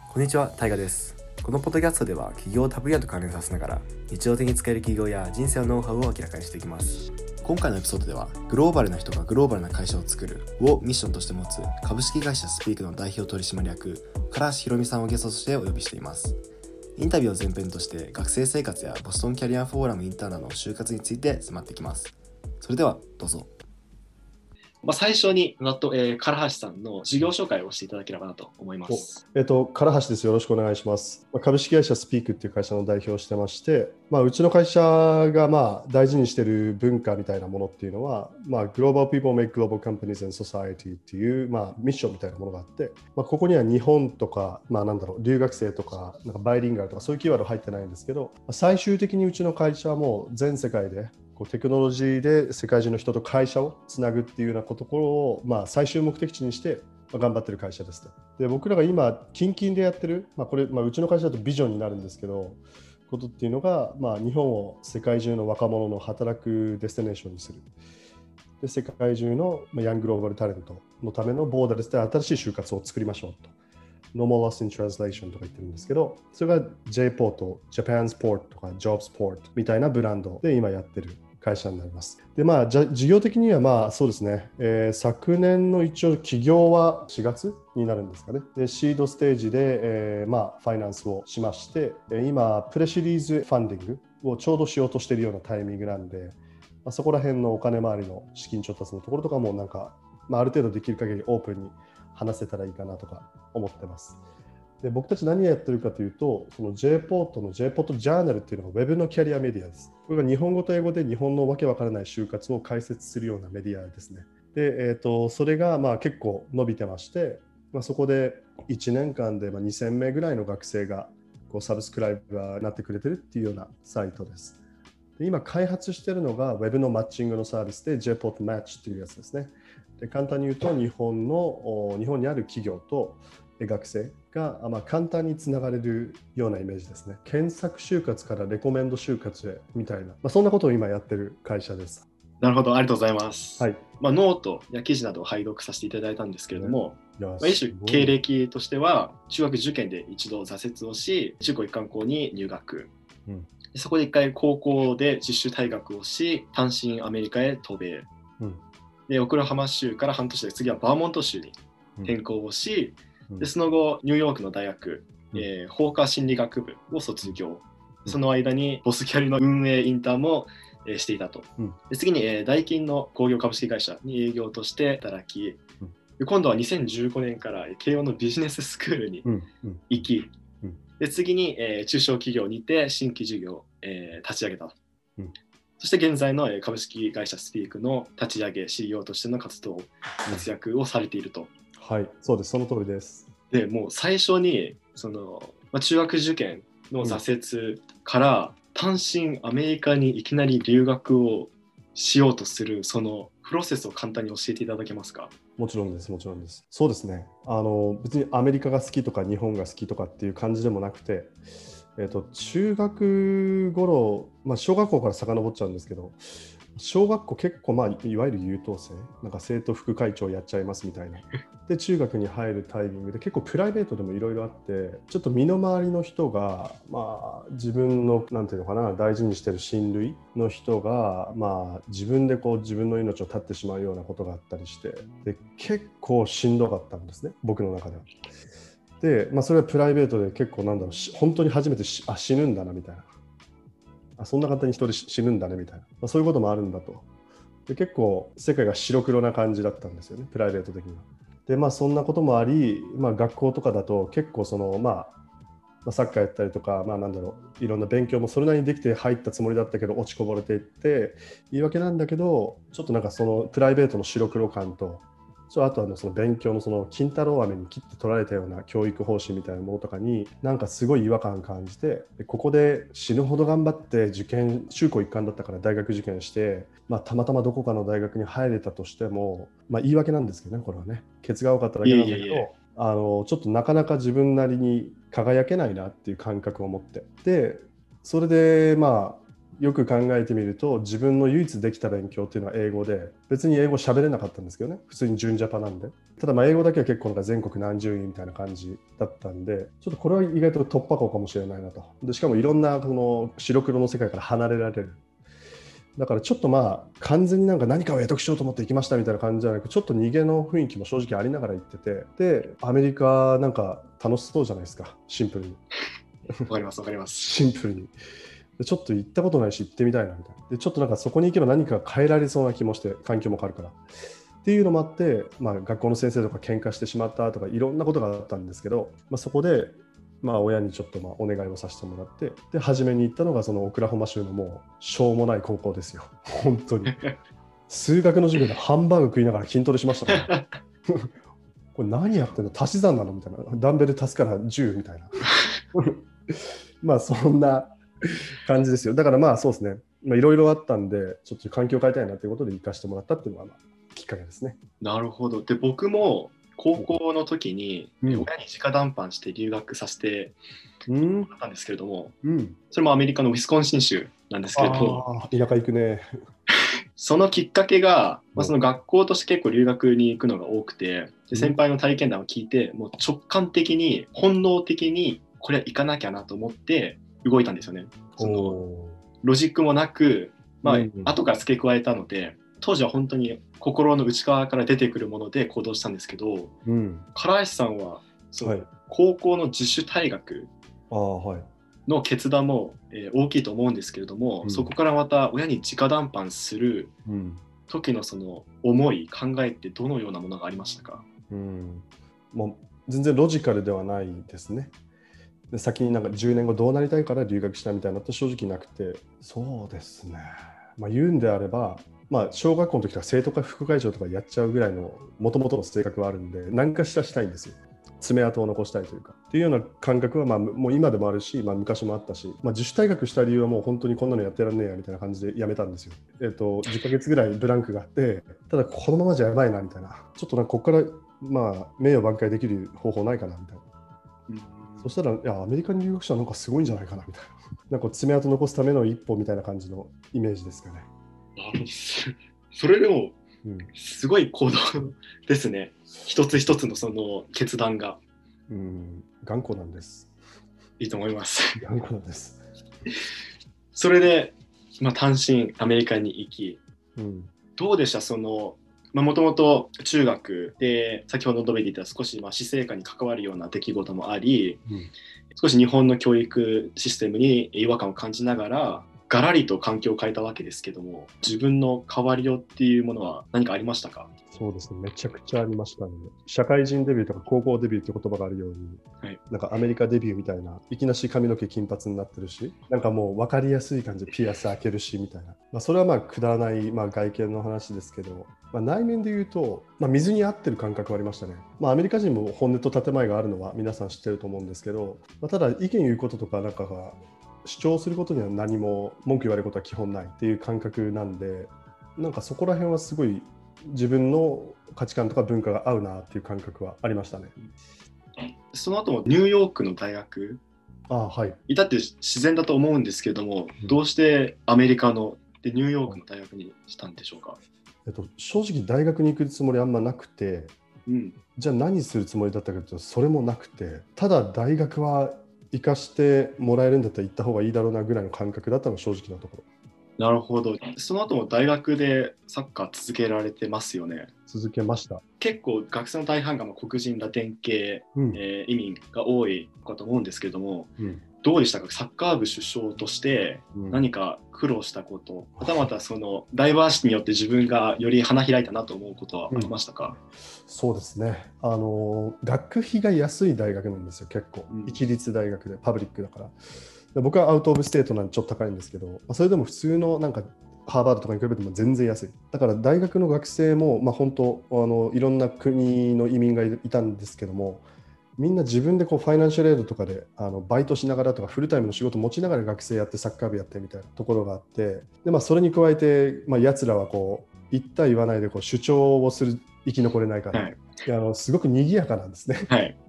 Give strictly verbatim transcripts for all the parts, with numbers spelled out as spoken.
こんにちは、タイガです。このポッドキャストでは企業を他分野と関連させながら日常的に使える企業や人生のノウハウを明らかにしていきます。今回のエピソードではグローバルな人がグローバルな会社を作るをミッションとして持つ株式会社スピークの代表取締役唐橋ひろみさんをゲストとしてお呼びしています。インタビューを前編として学生生活やボストンキャリアフォーラムインターナの就活について迫っていきます。それではどうぞ。 まあ、最初になと、えー、唐橋さんの事業紹介をしていただければなと思います。 えっと、唐橋です。よろしくお願いします。まあ、株式会社スピークっていう会社の代表をしてまして、まあ、うちの会社がまあ大事にしている文化みたいなものっていうのは、まあ、Global People Make Global Companies and Society っていう、まあ、ミッションみたいなものがあって、まあ、ここには日本とか、まあ、なんだろう、留学生とか、なんかバイリンガルとかそういうキーワード入ってないんですけど、最終的にうちの会社はもう全世界でテクノロジーで世界中の人と会社をつなぐっていうようなところを、まあ、最終目的地にして頑張ってる会社ですと。で、僕らが今近々でやってる、まあ、これ、まあ、うちの会社だとビジョンになるんですけど、ことっていうのが、まあ、日本を世界中の若者の働くデスティネーションにする。で、世界中のヤンググローバルタレントのためのボーダレスで新しい就活を作りましょうと。No more lost in translation とか言ってるんですけど、それが J-Port、Japansport とか Jobsport みたいなブランドで今やってる会社になります。で、まあ、じゃ事業的にはまあそうですね、えー、昨年の一応起業はしがつになるんですかね。で、シードステージで、えー、まあファイナンスをしまして、今プレシリーズファンディングをちょうどしようとしているようなタイミングなんで、まあ、そこら辺のお金回りの資金調達のところとかもなんか、まあ、ある程度できる限りオープンに話せたらいいかなとか思ってます。で、僕たち何をやってるかというと、その J-Port の J-Port ジャーナルっていうのが Web のキャリアメディアです。これが日本語と英語で日本のわけわからない就活を解説するようなメディアですね。で、えーと、それがまあ結構伸びてまして、まあ、そこでいちねんかんでまあにせんめいぐらいの学生がこうサブスクライブがなってくれてるっていうようなサイトです。で、今開発しているのが Web のマッチングのサービスで J-Port Match っていうやつですね。で、簡単に言うと日本の日本にある企業と学生が、まあ、簡単につながれるようなイメージですね。検索就活からレコメンド就活へみたいな、まあ、そんなことを今やってる会社です。 なるほど、ありがとうございます。 はい。 まあ、ノートや記事などを拝読させていただいたんですけれども、 ね、 まあ、一種経歴としては中学受験で一度挫折をし、中高一貫校に入学、うん、そこで一回高校で実習退学をし、単身アメリカへ渡米、うん、でオクラハマ州から半年で次はバーモント州に転校をし、うん、でその後ニューヨークの大学、うん、えー、法科心理学部を卒業、うん、その間にボスキャリの運営インターンも、えー、していたと、うん、で次に、えー、ダイキンの工業株式会社に営業として働き、うん、で今度はにせんじゅうごねんから慶応のビジネススクールに行き、うんうん、で次に、えー、中小企業にて新規事業を、えー、立ち上げた、うん、そして現在の株式会社スピークの立ち上げ シーイーオー としての活動活躍をされていると。 はい、そうです、その通りです。 でもう最初にその、まあ、中学受験の挫折から単身アメリカにいきなり留学をしようとするそのプロセスを簡単に教えていただけますか？ もちろんです、もちろんです。そうですね。あの別にアメリカが好きとか日本が好きとかっていう感じでもなくて、えーと、中学頃、まあ、小学校から遡っちゃうんですけど、小学校結構、まあ、いわゆる優等生、なんか生徒副会長やっちゃいますみたいな。で、中学に入るタイミングで結構プライベートでもいろいろあって、ちょっと身の回りの人が、まあ、自分の、なんていうのかな、大事にしてる親類の人が、まあ、自分でこう自分の命を絶ってしまうようなことがあったりして、で、結構しんどかったんですね、僕の中では。で、まあ、それはプライベートで結構なんだろう、本当に初めてあ死ぬんだなみたいな。あ、そんな簡単に一人死ぬんだねみたいな、まあ、そういうこともあるんだと。で、結構世界が白黒な感じだったんですよね、プライベート的には。で、まあそんなこともあり、まあ、学校とかだと結構その、まあ、まあ、サッカーやったりとか、まあなんだろう、いろんな勉強もそれなりにできて入ったつもりだったけど落ちこぼれていって言い訳なんだけど、ちょっとなんかそのプライベートの白黒感と、あとはのその勉強のその金太郎飴に切って取られたような教育方針みたいなものとかになんかすごい違和感感じて、でここで死ぬほど頑張って受験、中高一貫だったから大学受験して、まあ、たまたまどこかの大学に入れたとしても、まあ、言い訳なんですけどね、これはね、ケツが多かっただけなんだけど、いえいえいえ、あのちょっとなかなか自分なりに輝けないなっていう感覚を持って、でそれでまあよく考えてみると自分の唯一できた勉強っていうのは英語で、別に英語喋れなかったんですけどね、普通に純ジャパなんで。ただまあ英語だけは結構なんか全国何十位みたいな感じだったんで、ちょっとこれは意外と突破口かもしれないなと。でしかもいろんなこの白黒の世界から離れられる。だからちょっとまあ完全になんか何かを得得しようと思って行きましたみたいな感じじゃなく、ちょっと逃げの雰囲気も正直ありながら行ってて、でアメリカなんか楽しそうじゃないですか、シンプルに。 わかりますわかります。 シンプルに。でちょっと行ったことないし行ってみたいなみたいな。でちょっとなんかそこに行けば何か変えられそうな気もして、環境も変わるから。っていうのもあって、まあ、学校の先生とか喧嘩してしまったとかいろんなことがあったんですけど、まあ、そこでまあ親にちょっとまあお願いをさせてもらって、で初めに行ったのがそのオクラホマ州のもうしょうもない高校ですよ。本当に数学の授業でハンバーグ食いながら筋トレしましたからこれ何やってんの、足し算なのみたいな、ダンベル足すからじゅうみたいなまあそんな感じですよ。だからまあそうですね、いろいろあったんでちょっと環境を変えたいなということで行かせてもらったっていうのがまあきっかけですね。 なるほど。で僕も高校の時に親に直談判して留学させてもらったんですけれども、うん、それもアメリカのウィスコンシン州なんですけれど、 あ田舎行くねそのきっかけが、まあ、その学校として結構留学に行くのが多くて、で先輩の体験談を聞いて、もう直感的に本能的にこれは行かなきゃなと思って動いたんですよね。そのロジックもなく、まあ、後から付け加えたので、当時は本当に心の内側から出てくるもので行動したんですけど、うん、唐橋さんはその、はい、高校の自主退学の決断も、えー、大きいと思うんですけれども、うん、そこからまた親に直談判する時のその思い、考えってどのようなものがありましたか？ うん、もう全然ロジカルではないですね。で先になんかじゅうねんごどうなりたいから留学したみたいなのって正直なくて、そうですね、まあ、言うんであれば、まあ、小学校の時から生徒会副会長とかやっちゃうぐらいのもともとの性格はあるんで、何かしらしたいんですよ。爪痕を残したいというかっていうような感覚はまあもう今でもあるし、まあ、昔もあったし、まあ、自主退学した理由はもう本当にこんなのやってらんねえやみたいな感じでやめたんですよ。えっとじゅっかげつぐらいブランクがあって、ただこのままじゃやばいなみたいな、ちょっとなんかここからまあ名誉挽回できる方法ないかなみたいな。そしたらいやアメリカに留学したらなんかすごいんじゃないかなみたいな、なんか爪痕残すための一歩みたいな感じのイメージですかね。 それでもすごい行動ですね、うん、一つ一つのその決断が、 うん、頑固なんです。 いいと思います。 頑固なんです。 それで、まあ、単身アメリカに行き、うん、どうでした？そのもともと中学で先ほど述べていた少しまあ私生活に関わるような出来事もあり、うん、少し日本の教育システムに違和感を感じながらガラリと環境を変えたわけですけども、自分の変わりようっていうものは何かありましたか？ そうですね、めちゃくちゃありましたね。社会人デビューとか高校デビューって言葉があるように、はい、なんかアメリカデビューみたいな、いきなし髪の毛金髪になってるし、なんかもう分かりやすい感じでピアス開けるしみたいな、まあ、それはまあくだらない、まあ、外見の話ですけど、まあ、内面で言うと、まあ、水に合ってる感覚はありましたね。まあ、アメリカ人も本音と建前があるのは皆さん知ってると思うんですけど、まあ、ただ意見言うこととかなんかが主張することには何も文句言われることは基本ないっていう感覚なんで、なんかそこら辺はすごい自分の価値観とか文化が合うなっていう感覚はありましたね。 その後もニューヨークの大学いたって自然だと思うんですけれども、うん、どうしてアメリカのでニューヨークの大学にしたんでしょうか？ えっと、正直大学に行くつもりあんまなくて、うん、じゃあ何するつもりだったかというとそれもなくて、ただ大学は行かしてもらえるんだったら行った方がいいだろうなぐらいの感覚だったのが正直なところ。 なるほど。その後も大学でサッカー続けられてますよね？ 続けました。 結構学生の大半が黒人ラテン系、うんえー、移民が多いかと思うんですけれども、うん、どうでしたか？サッカー部主将として何か苦労したこと、うん、またまたそのダイバーシティによって自分がより花開いたなと思うことはありましたか？ うん、そうですね、あの学費が安い大学なんですよ。結構、うん、一律大学でパブリックだから。僕はアウトオブステートなんでちょっと高いんですけど、それでも普通のなんかハーバードとかに比べても全然安い。だから大学の学生も、まあ、本当あのいろんな国の移民がいたんですけども、みんな自分でこうファイナンシャルエイドとかであのバイトしながらとかフルタイムの仕事持ちながら学生やってサッカー部やってみたいなところがあって、で、まあ、それに加えて、まあ、やつらはこう言った言わないでこう主張をする生き残れないから、はい、あのすごく賑やかなんですね。はい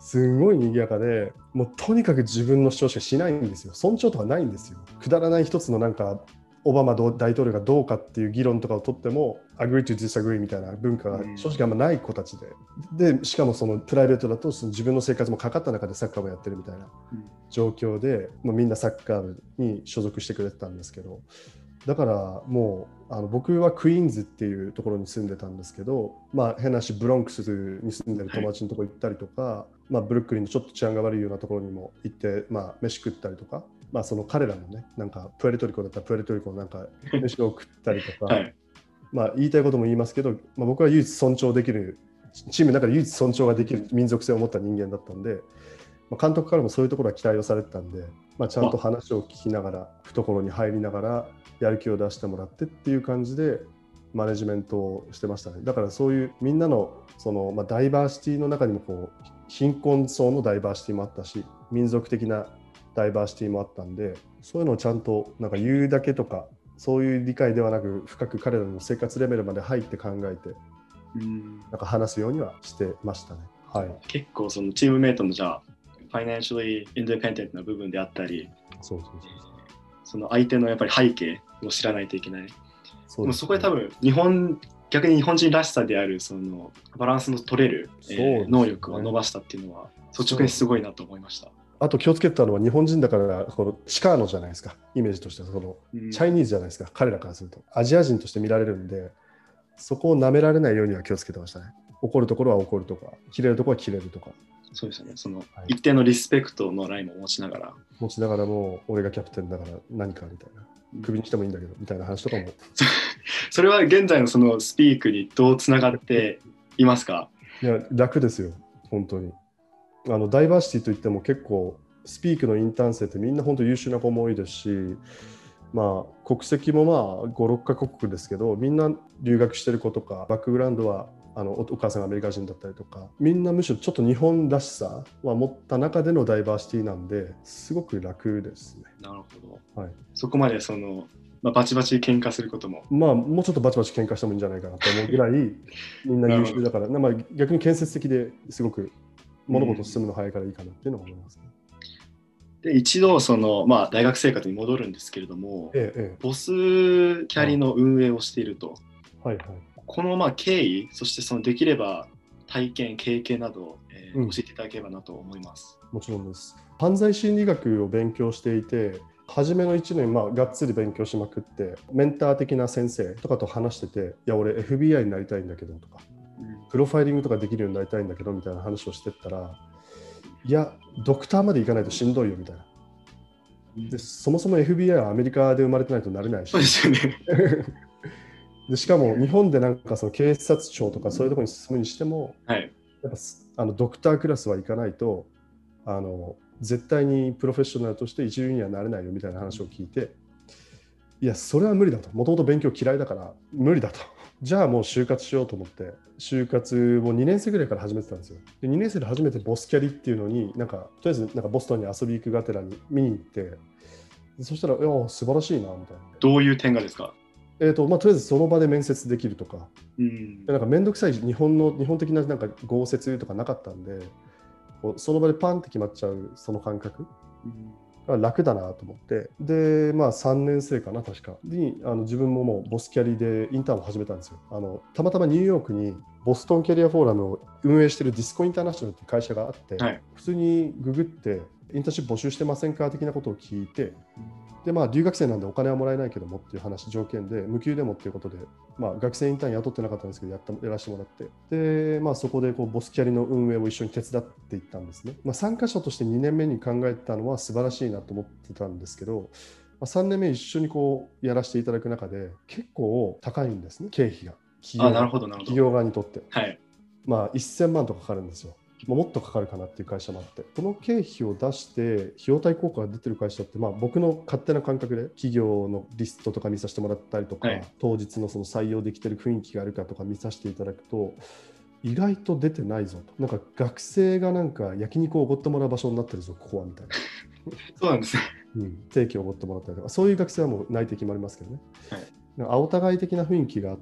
すごい賑やかで、もうとにかく自分の主張しかしないんですよ。尊重とかないんですよ。くだらない一つのなんかオバマ大統領がどうかっていう議論とかをとっても agree to disagree みたいな文化が正直あんまない子たちで、でしかもそのプライベートだとその自分の生活もかかった中でサッカーをやってるみたいな状況で、もうみんなサッカー部に所属してくれてたんですけど、だからもうあの僕はクイーンズっていうところに住んでたんですけど、まあ、変な話ブロンクスに住んでる友達のところ行ったりとか、はい、まあ、ブルックリンのちょっと治安が悪いようなところにも行って、まあ、飯食ったりとか、まあ、その彼らのね、なんかプエルトリコだったらプエルトリコのなんか飯を食ったりとか、はい、まあ、言いたいことも言いますけど、まあ、僕は唯一尊重できるチームの中で唯一尊重ができる民族性を持った人間だったんで、まあ、監督からもそういうところは期待をされてたんで、まあ、ちゃんと話を聞きながら懐に入りながらやる気を出してもらってっていう感じでマネジメントをしてましたね。だからそういうみんなのその、まあ、ダイバーシティの中にもこう貧困層のダイバーシティもあったし、民族的なダイバーシティもあったんで、そういうのをちゃんとなんか言うだけとかそういう理解ではなく、深く彼らの生活レベルまで入って考えて、うんなんか話すようにはしてましたね。はい、 結構そのチームメイトのじゃあファイナンシャルインディペンデントな部分であったり、 そうそうそうその相手のやっぱり背景を知らないといけない。そうですね、そこで多分日本逆に日本人らしさであるそのバランスの取れる、ねえー、能力を伸ばしたっていうのは率直にすごいなと思いました。 あと気をつけたのは日本人だからこのチカーノじゃないですか、イメージとしてはその、うん、チャイニーズじゃないですか、彼らからするとアジア人として見られるんで、そこを舐められないようには気をつけてましたね。怒るところは怒るとか、切れるところは切れるとか。 そうですよね。その一定のリスペクトのラインも持ちながら、はい、 持ちながらも俺がキャプテンだから何かみたいな、首にしてもいいんだけどみたいな話とかもそれは現在のそのスピークにどうつながっていますか？ いや楽ですよ本当に。あのダイバーシティといっても結構スピークのインターン生ってみんな本当優秀な子も多いですし、まあ国籍もまあご、ろっカ国ですけど、みんな留学してる子とかバックグラウンドはあの お, お母さんがアメリカ人だったりとか、みんなむしろちょっと日本らしさは持った中でのダイバーシティなんですごく楽ですね。 なるほど、はい、そこまでその、まあ、バチバチ喧嘩することもまあもうちょっとバチバチ喧嘩してもいいんじゃないかなと思うぐらいみんな優秀だからまあ、逆に建設的ですごく物事進むの早いからいいかなっていうのは思いますね。 で一度その、まあ、大学生活に戻るんですけれども、ええ、ボスキャリの運営をしていると、はいはい、このまあ経緯、そしてそのできれば体験、経験など、えーうん、教えていただければなと思います。 もちろんです。犯罪心理学を勉強していて、初めのいちねん、まあ、がっつり勉強しまくって、メンター的な先生とかと話してて、いや、俺 エフビーアイ になりたいんだけどとか、うん、プロファイリングとかできるようになりたいんだけどみたいな話をしてったら、いや、ドクターまで行かないとしんどいよみたいな。でそもそも エフビーアイ はアメリカで生まれてないとなれないし、 そうですよねでしかも日本でなんかその警察庁とかそういうところに進むにしても、はい、やっぱあのドクタークラスは行かないとあの絶対にプロフェッショナルとして一流にはなれないよみたいな話を聞いて、いやそれは無理だと、もともと勉強嫌いだから無理だと、じゃあもう就活しようと思って就活をにねん生ぐらいから始めてたんですよ。でにねん生で初めてボスキャリっていうのになんかとりあえずなんかボストンに遊び行くがてらに見に行って、そしたらいや素晴らしいなみたいな。 どういう点がですか？ えーとまあ、とりあえずその場で面接できるとか、うん、なんかめんどくさい日本の日本的ななんか豪雪とかなかったんで、こうその場でパンって決まっちゃうその感覚、うん、楽だなと思って、でまあさんねん生かな確かにあの自分ももうボスキャリでインターンを始めたんですよ。あのたまたまニューヨークにボストンキャリアフォーラムを運営しているディスコインターナショナルっていう会社があって、はい、普通にググってインターンシップ募集してませんか的なことを聞いて、でまあ、留学生なんでお金はもらえないけどもっていう話条件で無給でもっていうことで、まあ、学生インターン雇ってなかったんですけど や, ったやらせてもらって、で、まあ、そこでこうボスキャリの運営を一緒に手伝っていったんですね。まあ、参加者としてにねんめに考えたのは素晴らしいなと思ってたんですけど、まあ、さんねんめ一緒にこうやらせていただく中で結構高いんですね、経費が。企業、 あ、なるほどなるほど。 企業側にとって、 はい、 まあ、せんまんとかかかるんですよ。もっとかかるかなっていう会社もあって、この経費を出して費用対効果が出てる会社って、まあ、僕の勝手な感覚で企業のリストとか見させてもらったりとか、はい、当日のその採用できてる雰囲気があるかとか見させていただくと意外と出てないぞと、なんか学生がなんか焼肉をおごってもらう場所になってるぞここはみたいなそうなんですね、 うん、定期をおごってもらったりとか、そういう学生はもう内定決まりますけどね、はい、 お互い的な雰囲気があって、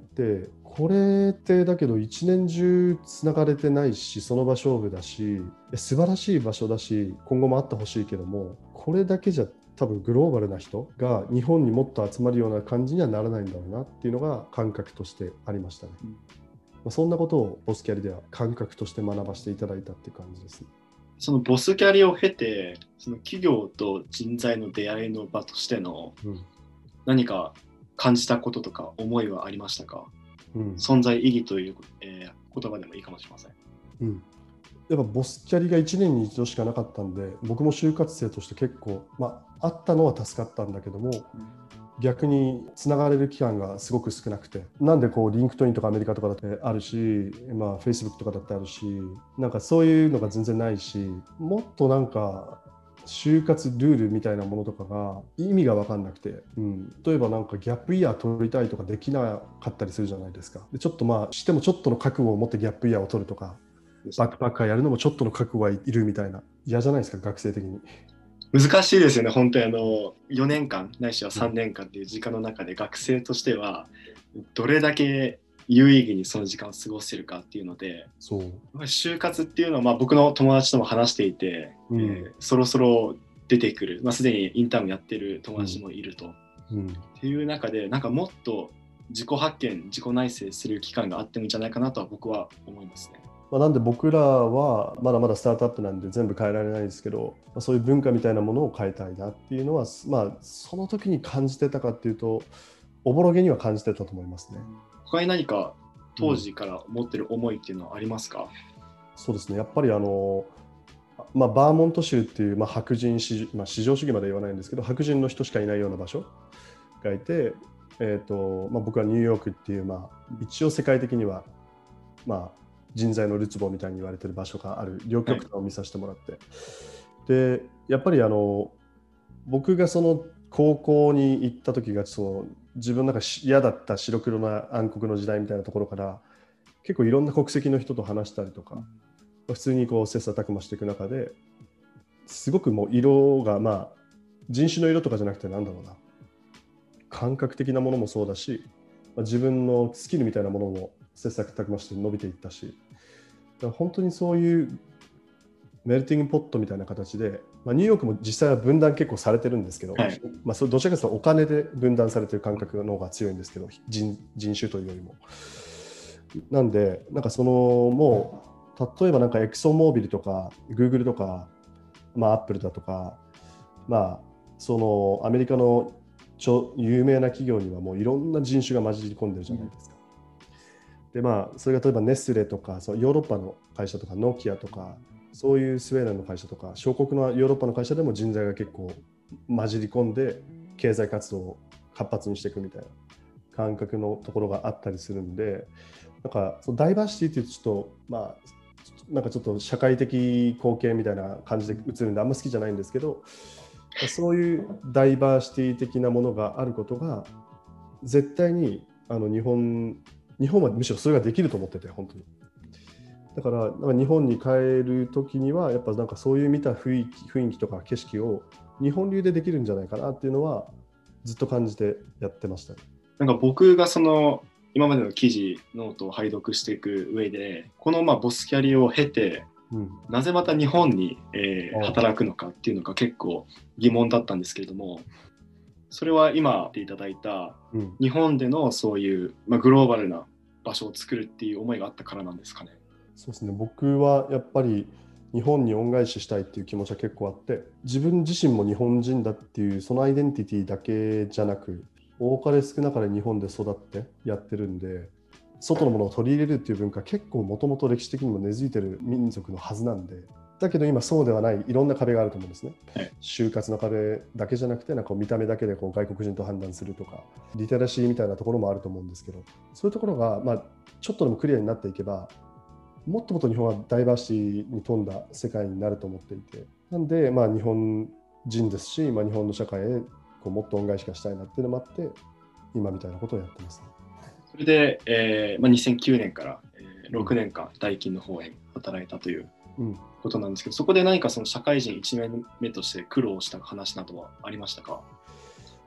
これってだけど一年中つながれてないし、その場勝負だし、素晴らしい場所だし、今後もあってほしいけども、これだけじゃ多分グローバルな人が日本にもっと集まるような感じにはならないんだろうなっていうのが感覚としてありましたね。うん、まあ、そんなことをボスキャリでは感覚として学ばせていただいたっていう感じですね。 そのボスキャリを経て、その企業と人材の出会いの場としての何か感じたこととか思いはありましたか？うん、存在意義という、えー、言葉でもいいかもしれません。 うん、やっぱボスキャリがいちねんに一度しかなかったんで、僕も就活生として結構、まあ、あったのは助かったんだけども、うん、逆につながれる期間がすごく少なくて、なんでこうリンクトインとかアメリカとかだってあるし、まあ、Facebook とかだってあるし、なんかそういうのが全然ないし、もっとなんか就活ルールみたいなものとかが意味が分かんなくて、うん、例えばなんかギャップイヤー取りたいとかできなかったりするじゃないですか。でちょっとまあしてもちょっとの覚悟を持ってギャップイヤーを取るとか、バックパッカーやるのもちょっとの覚悟はいるみたいな、嫌じゃないですか、学生的に。 難しいですよね、本当にあのよねんかんないしはさんねんかんっていう時間の中で学生としてはどれだけ有意義にその時間を過ごせるかっていうので、そう就活っていうのはまあ僕の友達とも話していて、うん、えー、そろそろ出てくる、まあ、すでにインターンやってる友達もいると、うんうん、っていう中でなんかもっと自己発見自己内省する期間があってもいいんじゃないかなとは僕は思いますね。 まあ、なんで僕らはまだまだスタートアップなんで全部変えられないですけど、まあ、そういう文化みたいなものを変えたいなっていうのは、まあ、その時に感じてたかっていうとおぼろげには感じてたと思いますね。 他に何か当時から持ってる思いっていうのはありますか？うん、 そうですね、やっぱりあの、まあ、バーモント州っていう、まあ、白人市、まあ、市場主義まで言わないんですけど白人の人しかいないような場所がいて、えーとまあ、僕はニューヨークっていう、まあ、一応世界的には、まあ人材のるつぼみたいに言われてる場所がある両極端を見させてもらって、はい、でやっぱりあの僕がその高校に行った時がその自分の中嫌だった白黒な暗黒の時代みたいなところから結構いろんな国籍の人と話したりとか、うん、普通にこう切磋琢磨していく中ですごくもう色が、まあ人種の色とかじゃなくてなんだろうな感覚的なものもそうだし、まあ、自分のスキルみたいなものも切磋琢磨して伸びていったし、だから本当にそういうメルティングポットみたいな形で、まあ、ニューヨークも実際は分断結構されてるんですけど、はい、まあ、それどちらかというとお金で分断されてる感覚の方が強いんですけど 人, 人種というよりもなんでなんかそのもう例えばなんかエクソンモービルとかグーグルとか、まあ、アップルだとか、まあ、そのアメリカの超有名な企業にはもういろんな人種が混じり込んでるじゃないですか。うん、でまあ、それが例えばネスレとかそのヨーロッパの会社とかノキアとかそういうスウェーデンの会社とか小国のヨーロッパの会社でも人材が結構混じり込んで経済活動を活発にしていくみたいな感覚のところがあったりするんで、なんかそのダイバーシティっていうとちょっとまあなんかちょっと社会的貢献みたいな感じで映るんであんま好きじゃないんですけど、そういうダイバーシティ的なものがあることが絶対にあの日本日本はむしろそれができると思ってて、本当にだからなんか日本に帰るときにはやっぱなんかそういう見た雰囲気、雰囲気とか景色を日本流でできるんじゃないかなっていうのはずっと感じてやってました。 なんか僕がその今までの記事ノートを拝読していく上でこのまあボスキャリを経て、うん、なぜまた日本に、えー、働くのかっていうのが結構疑問だったんですけれども、それは今言っていただいた、うん、日本でのそういう、まあ、グローバルな場所を作るっていう思いがあったからなんですかね。 そうですね、僕はやっぱり日本に恩返ししたいっていう気持ちは結構あって、自分自身も日本人だっていうそのアイデンティティだけじゃなく多かれ少なかれ日本で育ってやってるんで、外のものを取り入れるっていう文化結構もともと歴史的にも根付いてる民族のはずなんで、だけど今そうではないいろんな壁があると思うんですね。はい、就活の壁だけじゃなくてなんか見た目だけでこう外国人と判断するとかリテラシーみたいなところもあると思うんですけど、そういうところが、まあ、ちょっとでもクリアになっていけばもっともっと日本はダイバーシティに富んだ世界になると思っていて、なんで、まあ、日本人ですし、まあ、日本の社会へこうもっと恩返しがしたいなっていうのもあって今みたいなことをやってますね。 それで、えーまあ、にせんきゅうねんから、えー、ろくねんかんダイキンの方へ働いたということなんですけど、うん、そこで何かその社会人いちねんめとして苦労した話などはありましたか？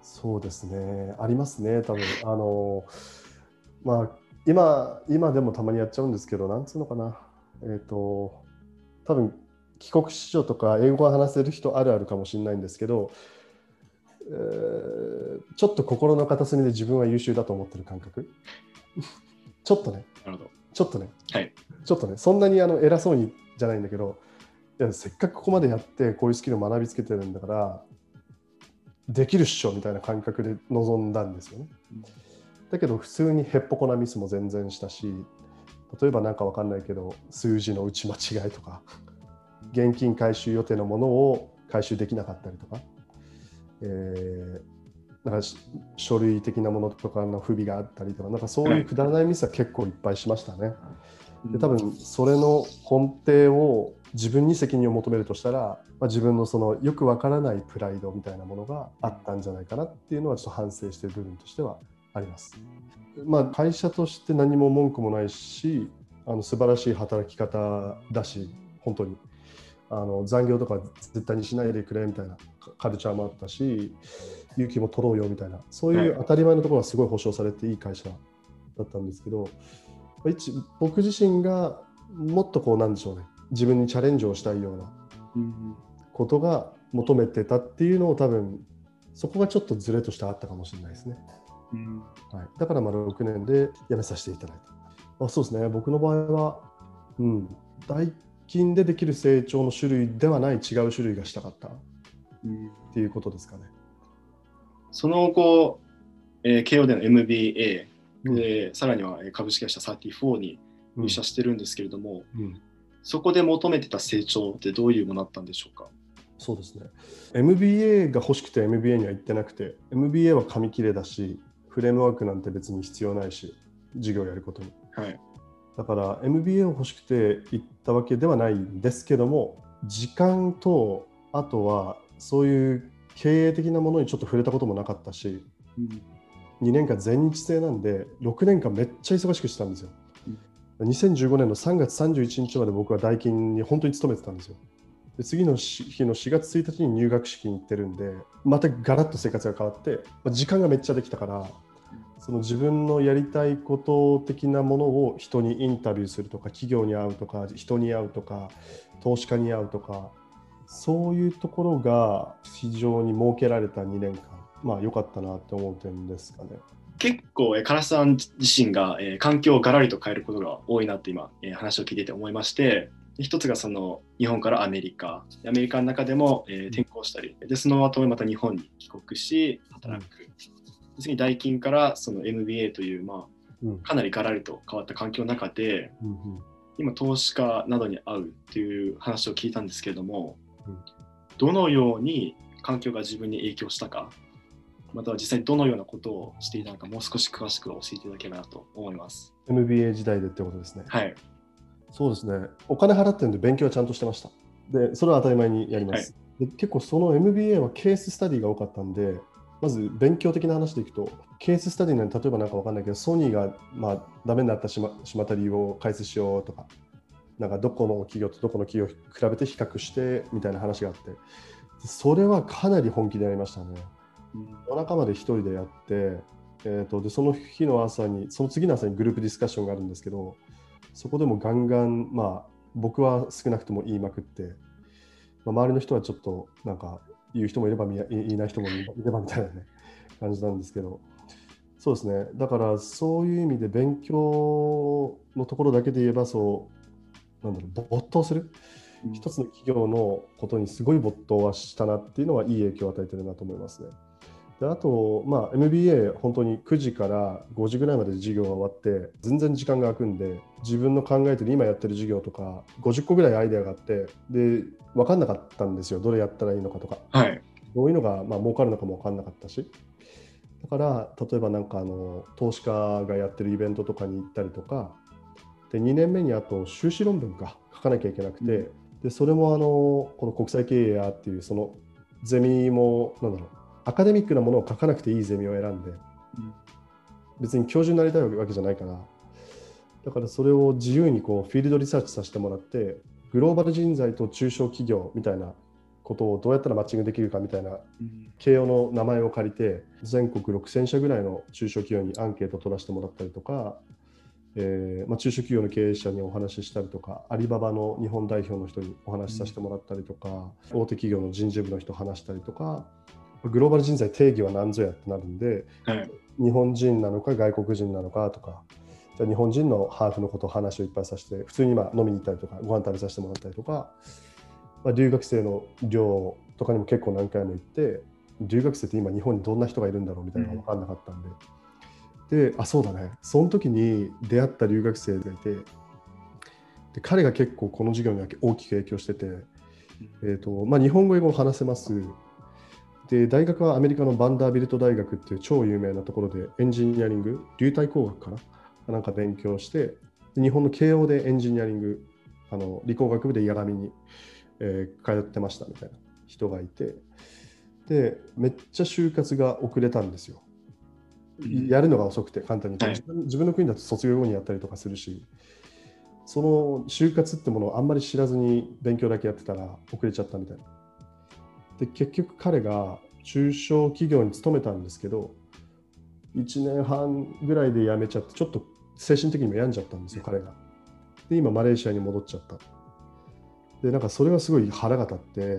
そうですね、ありますね、多分あの、まあ、今、今でもたまにやっちゃうんですけど、なんつうのかな、えっと、多分帰国子女とか英語が話せる人あるあるかもしれないんですけど、えーちょっと心の片隅で自分は優秀だと思ってる感覚ちょっとね、 なるほど。 ちょっとね、 はい。 ちょっとね、そんなにあの偉そうにじゃないんだけど、いやせっかくここまでやってこういうスキルを学びつけてるんだからできるっしょみたいな感覚で臨んだんですよね。だけど普通にへっぽこなミスも全然したし、例えばなんかわかんないけど数字の打ち間違いとか現金回収予定のものを回収できなかったりとか、えー、なんか書類的なものとかの不備があったりとか、なんかそういうくだらないミスは結構いっぱいしましたね。で多分それの根底を自分に責任を求めるとしたら、まあ、自分のそのよくわからないプライドみたいなものがあったんじゃないかなっていうのはちょっと反省している部分としてはあります。まあ、会社として何も文句もないし、あの素晴らしい働き方だし、本当にあの残業とか絶対にしないでくれみたいなカルチャーもあったし、勇気も取ろうよみたいな、そういう当たり前のところがすごい保証されていい会社だったんですけど、一僕自身がもっとこうなんでしょうね、自分にチャレンジをしたいようなことが求めてたっていうのを多分そこがちょっとズレとしてあったかもしれないですね。うんはい、だからまあろくねんで辞めさせていただいた。あそうですね、僕の場合は、うん、代金でできる成長の種類ではない違う種類がしたかったっていうことですかね。 その後、えー、慶応での エムビーエー で、うん、さらには株式会社さんじゅうよんに入社してるんですけれども、うんうん、そこで求めてた成長ってどういうものだったんでしょうか。 そうですね、エムビーエー が欲しくて エムビーエー には行ってなくて、 エムビーエー は紙切れだしフレームワークなんて別に必要ないし授業やることに、はい、だから エムビーエー を欲しくて行ったわけではないんですけども、時間とあとはそういう経営的なものにちょっと触れたこともなかったし、うん、にねんかん全日制なんでろくねんかんめっちゃ忙しくしてたんですよ、うん、にせんじゅうごねんのさんがつさんじゅういちにちまで僕は代金に本当に勤めてたんですよ。で次の日のしがつついたちに入学式に行ってるんで、またガラッと生活が変わって、時間がめっちゃできたから、その自分のやりたいこと的なものを人にインタビューするとか、企業に会うとか、人に会うとか、投資家に会うとか、そういうところが非常に設けられたにねんかん、まあ良かったなって思う点ですかね。 結構、唐須さん自身が、えー、環境をガラリと変えることが多いなって今、えー、話を聞いていて思いまして、一つがその日本からアメリカ、アメリカの中でも、えー、転校したり、でその後また日本に帰国し働く、うん、次に代金からその エムビーエー という、まあうん、かなりガラリと変わった環境の中で、うんうん、今投資家などに会うっていう話を聞いたんですけれども、うん、どのように環境が自分に影響したか、または実際にどのようなことをしていたのか、もう少し詳しく教えていただければなと思います。 エムビーエー 時代でってことですね。 はい。 そうですね。お金払ってるんで勉強はちゃんとしてました。で、それは当たり前にやります。はい、で結構その エムビーエー はケーススタディが多かったんで、まず勉強的な話でいくと、ケーススタディなんて例えばなんかわかんないけど、ソニーがまあダメになったしま、しまった理由を解説しようとか、なんかどこの企業とどこの企業を比べて比較してみたいな話があって、それはかなり本気でやりましたね。うん、夜中まで一人でやって、えーと、でその日の朝に、その次の朝にグループディスカッションがあるんですけど、そこでもガンガン、まあ、僕は少なくとも言いまくって、まあ、周りの人はちょっとなんか言う人もいれば言いない人もいればみたいな、ね、感じなんですけど、そうですね、だからそういう意味で勉強のところだけで言えば、そうなんだろう、没頭する、うん、一つの企業のことにすごい没頭はしたなっていうのはいい影響を与えてるなと思いますね。であと、まあ、エムビーエー 本当にくじからごじぐらいまで授業が終わって全然時間が空くんで、自分の考えてる今やってる授業とかごじゅっこぐらいアイデアがあって、で分かんなかったんですよ、どれやったらいいのかとか、はい、どういうのがまあ儲かるのかも分かんなかったし、だから例えばなんかあの投資家がやってるイベントとかに行ったりとかで、にねんめにあと修士論文か書かなきゃいけなくて、うん、でそれもあのこの国際経営やっていうそのゼミもなんだろうアカデミックなものを書かなくていいゼミを選んで、うん、別に教授になりたいわけじゃないから、だからそれを自由にこうフィールドリサーチさせてもらって、グローバル人材と中小企業みたいなことをどうやったらマッチングできるかみたいな形容の名前を借りて、全国ろくせんしゃぐらいの中小企業にアンケートを取らせてもらったりとか、えーまあ、中小企業の経営者にお話ししたりとか、アリババの日本代表の人にお話しさせてもらったりとか、うん、大手企業の人事部の人と話したりとか、グローバル人材定義は何ぞやってなるんで、はい、日本人なのか外国人なのかとか、じゃあ日本人のハーフのことを話をいっぱいさせて、普通に今飲みに行ったりとかご飯食べさせてもらったりとか、まあ、留学生の寮とかにも結構何回も行って、留学生って今日本にどんな人がいるんだろうみたいなのが分かんなかったんで、うん、で、あ、そうだね、その時に出会った留学生がいて、で彼が結構この授業に大きく影響してて、えーとまあ、日本語英語を話せます。で、大学はアメリカのバンダービルト大学っていう超有名なところでエンジニアリング、流体工学かななんか勉強して、で日本の慶応でエンジニアリング、あの理工学部で八神に、えー、通ってましたみたいな人がいて、でめっちゃ就活が遅れたんですよ。やるのが遅くて簡単に、はい、自分、自分の国だと卒業後にやったりとかするし、その就活ってものをあんまり知らずに勉強だけやってたら遅れちゃったみたいな。で結局彼が中小企業に勤めたんですけど、いちねんはんぐらいで辞めちゃって、ちょっと精神的にも病んじゃったんですよ彼が。で今マレーシアに戻っちゃった。でなんかそれがすごい腹が立って、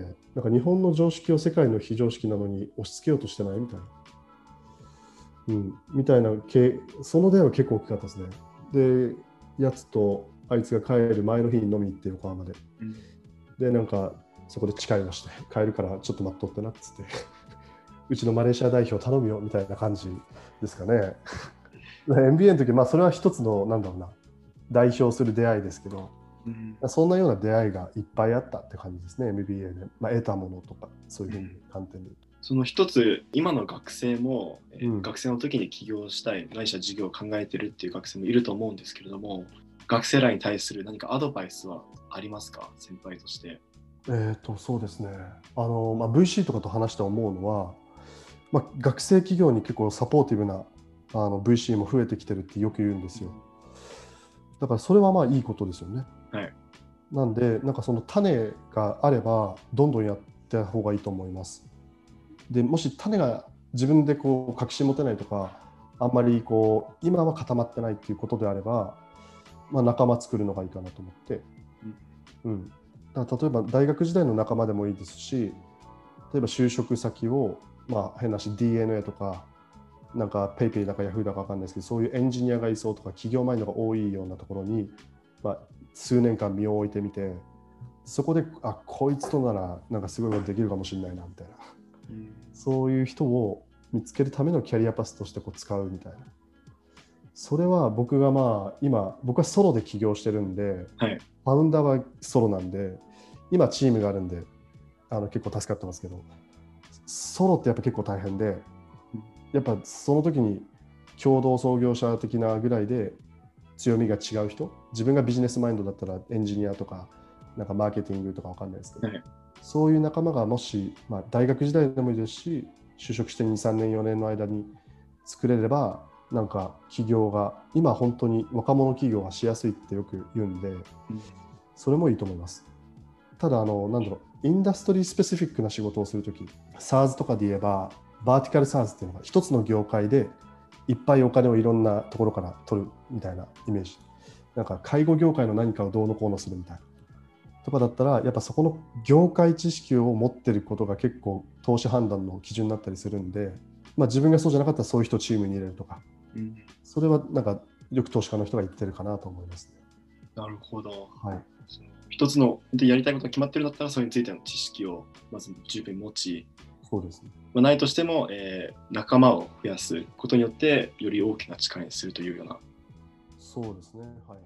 なんか日本の常識を世界の非常識なのに押し付けようとしてないみたいな、うん、みたいな、その出会いは結構大きかったですね。でやつとあいつが帰る前の日に飲みに行って横浜で、うん、でなんかそこで誓いをして、帰るからちょっと待っとってなっつってうちのマレーシア代表頼むよみたいな感じですかね。エムビーエー の時、まあそれは一つのなんだろうな、代表する出会いですけど、うん、そんなような出会いがいっぱいあったって感じですね、エムビーエー で、まあ、得たものとかそういうふうに観点で、うん、 その一つ、今の学生も、うん、学生の時に起業したい、ないしは事業を考えてるっていう学生もいると思うんですけれども、学生らに対する何かアドバイスはありますか、先輩として。 えーとそうですね、あの、まあ、ブイシー とかと話して思うのは、まあ、学生企業に結構サポーティブなあの ブイシー も増えてきてるってよく言うんですよ。だからそれはまあいいことですよね。 はい、 なんでなんかその種があればどんどんやった方がいいと思います。でもし種が自分でこう確信持てないとか、あんまりこう今は固まってないっていうことであれば、まあ、仲間作るのがいいかなと思って、うん、うんだから例えば大学時代の仲間でもいいですし、例えば就職先を、まあ、変なし ディーエヌエー とかなんか ペイペイ だか ヤフー だか分かんないですけど、そういうエンジニアがいそうとか企業マインドが多いようなところに、まあ、数年間身を置いてみて、そこであこいつとならなんかすごいことできるかもしれないなみたいな、うん、そういう人を見つけるためのキャリアパスとしてこう使うみたいな。それは僕がまあ今僕はソロで起業してるんで、はい、ファウンダーはソロなんで、今チームがあるんであの結構助かってますけど、ソロってやっぱ結構大変で、やっぱその時に共同創業者的なぐらいで強みが違う人、自分がビジネスマインドだったらエンジニアとかなんかマーケティングとか分かんないですけど、はい、そういう仲間がもし、まあ、大学時代でもいいですし、就職してに、さんねん、よねんの間に作れれば、なんか企業が今本当に若者企業がしやすいってよく言うんで、うん、それもいいと思います。ただあのなんだろう、インダストリースペシフィックな仕事をするとき、SaaS とかで言えばバーティカル SaaS っていうのが一つの業界でいっぱいお金をいろんなところから取るみたいなイメージ。なんか介護業界の何かをどうのこうのするみたいなとかだったら、やっぱそこの業界知識を持ってることが結構投資判断の基準になったりするんで、まあ、自分がそうじゃなかったらそういう人をチームに入れるとか、うん、それはなんかよく投資家の人が言ってるかなと思いますね。 なるほど。 はい、 一つのやりたいことが決まってるんだったら、それについての知識をまず十分持ち、 そうですね、 まあ、ないとしても、えー、仲間を増やすことによってより大きな力にするというような。 そうですね、はい。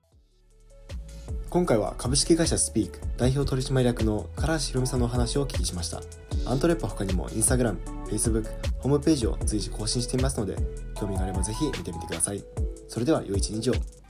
今回は株式会社スピーク代表取締役の唐橋ひろみさんのお話をお聞きしました。アントレップは他にもインスタグラム、Facebook、ホームページを随時更新していますので、興味があればぜひ見てみてください。それでは良い一日を。